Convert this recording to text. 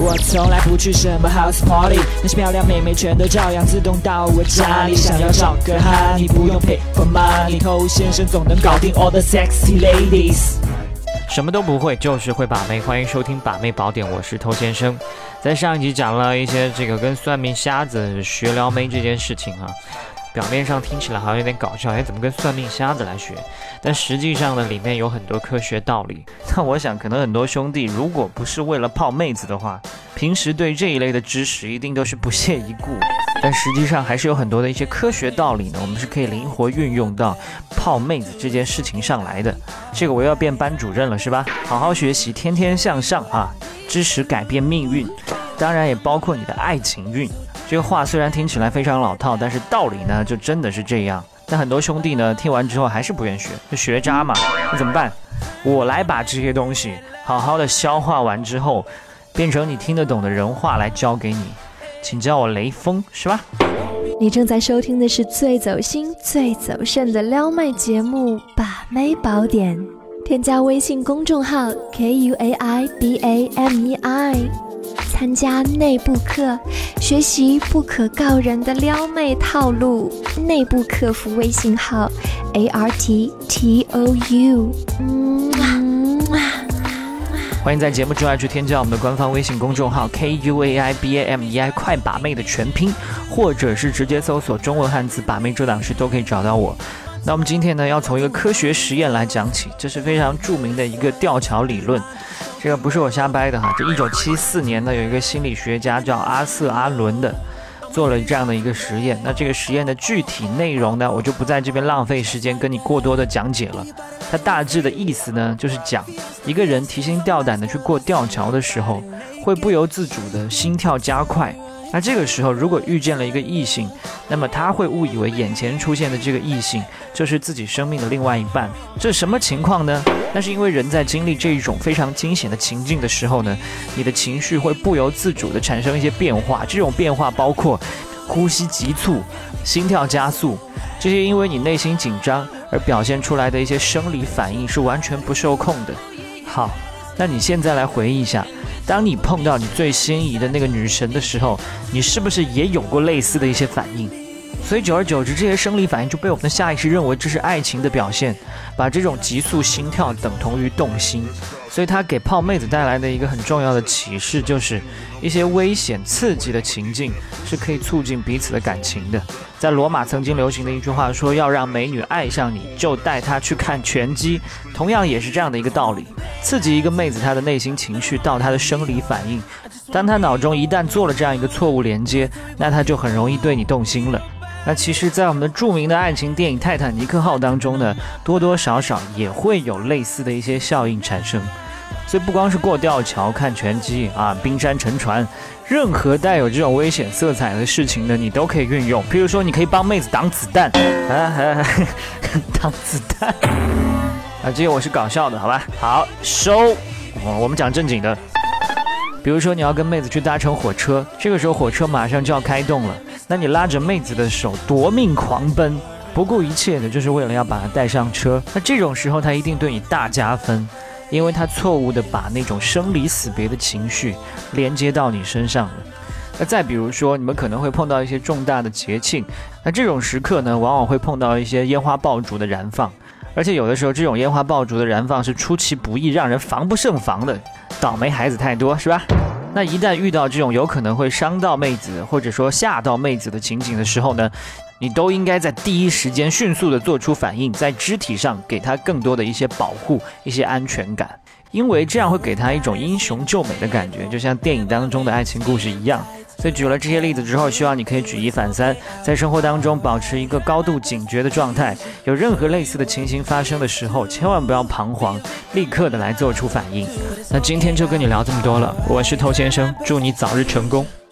我从来不去什么 house party， 那些漂亮妹妹全都照样自动到我家里。想要找个哈，你不用 pay for money， 偷先生总能搞定 all the sexy ladies。 什么都不会，就是会把妹。欢迎收听把妹宝典，我是偷先生。在上一集讲了一些这个跟算命瞎子学撩妹这件事情啊，表面上听起来好像有点搞笑，怎么跟算命瞎子来学？但实际上呢，里面有很多科学道理。那我想，可能很多兄弟如果不是为了泡妹子的话，平时对这一类的知识一定都是不屑一顾。但实际上还是有很多的一些科学道理呢，我们是可以灵活运用到泡妹子这件事情上来的。这个我又要变班主任了是吧？好好学习，天天向上啊！知识改变命运，当然也包括你的爱情运。这个话虽然听起来非常老套，但是道理呢就真的是这样。但很多兄弟呢听完之后还是不愿学，就学渣嘛，那怎么办？我来把这些东西好好的消化完之后，变成你听得懂的人话来教给你，请叫我雷锋是吧？ 你正在收听的是最走心最走肾的撩妹节目《把妹宝典》，添加微信公众号 KUAIBAMEI， 参加内部课，学习不可告人的撩妹套路。内部客服微信号 ARTTOU。 欢迎在节目之外去添加我们的官方微信公众号 KUAIBAMEI 快把妹的全拼，或者是直接搜索中文汉字把妹这档事都可以找到我。那我们今天呢要从一个科学实验来讲起，这是非常著名的一个吊桥理论。这个不是我瞎掰的哈，这1974年呢有一个心理学家叫阿瑟阿伦的做了这样的一个实验。那这个实验的具体内容呢，我就不在这边浪费时间跟你过多的讲解了。它大致的意思呢，就是讲一个人提心吊胆的去过吊桥的时候，会不由自主的心跳加快。那这个时候如果遇见了一个异性，那么他会误以为眼前出现的这个异性就是自己生命的另外一半。这是什么情况呢？那是因为人在经历这一种非常惊险的情境的时候呢，你的情绪会不由自主的产生一些变化。这种变化包括呼吸急促、心跳加速，这些因为你内心紧张而表现出来的一些生理反应是完全不受控的。好，那你现在来回忆一下，当你碰到你最心仪的那个女神的时候，你是不是也有过类似的一些反应？所以久而久之，这些生理反应就被我们的下意识认为这是爱情的表现，把这种急速心跳等同于动心。所以它给泡妹子带来的一个很重要的启示，就是一些危险刺激的情境是可以促进彼此的感情的。在罗马曾经流行的一句话说，要让美女爱上你，就带她去看拳击，同样也是这样的一个道理。刺激一个妹子她的内心情绪到她的生理反应，当她脑中一旦做了这样一个错误连接，那她就很容易对你动心了。那其实在我们的著名的爱情电影《泰坦尼克号》当中呢，多多少少也会有类似的一些效应产生。所以不光是过吊桥、看拳击啊、冰山沉船，任何带有这种危险色彩的事情呢，你都可以运用。譬如说你可以帮妹子挡子弹挡子弹啊，这个我是搞笑的好吧。好收我们讲正经的。比如说你要跟妹子去搭乘火车，这个时候火车马上就要开动了，那你拉着妹子的手夺命狂奔，不顾一切的就是为了要把她带上车。那这种时候她一定对你大加分，因为她错误的把那种生离死别的情绪连接到你身上了。那再比如说你们可能会碰到一些重大的节庆，那这种时刻呢，往往会碰到一些烟花爆竹的燃放，而且有的时候这种烟花爆竹的燃放是出其不意，让人防不胜防的，倒霉孩子太多是吧？那一旦遇到这种有可能会伤到妹子或者说吓到妹子的情景的时候呢，你都应该在第一时间迅速的做出反应，在肢体上给她更多的一些保护、一些安全感，因为这样会给她一种英雄救美的感觉，就像电影当中的爱情故事一样。所以举了这些例子之后，希望你可以举一反三，在生活当中保持一个高度警觉的状态，有任何类似的情形发生的时候，千万不要彷徨，立刻的来做出反应。那今天就跟你聊这么多了，我是头先生，祝你早日成功。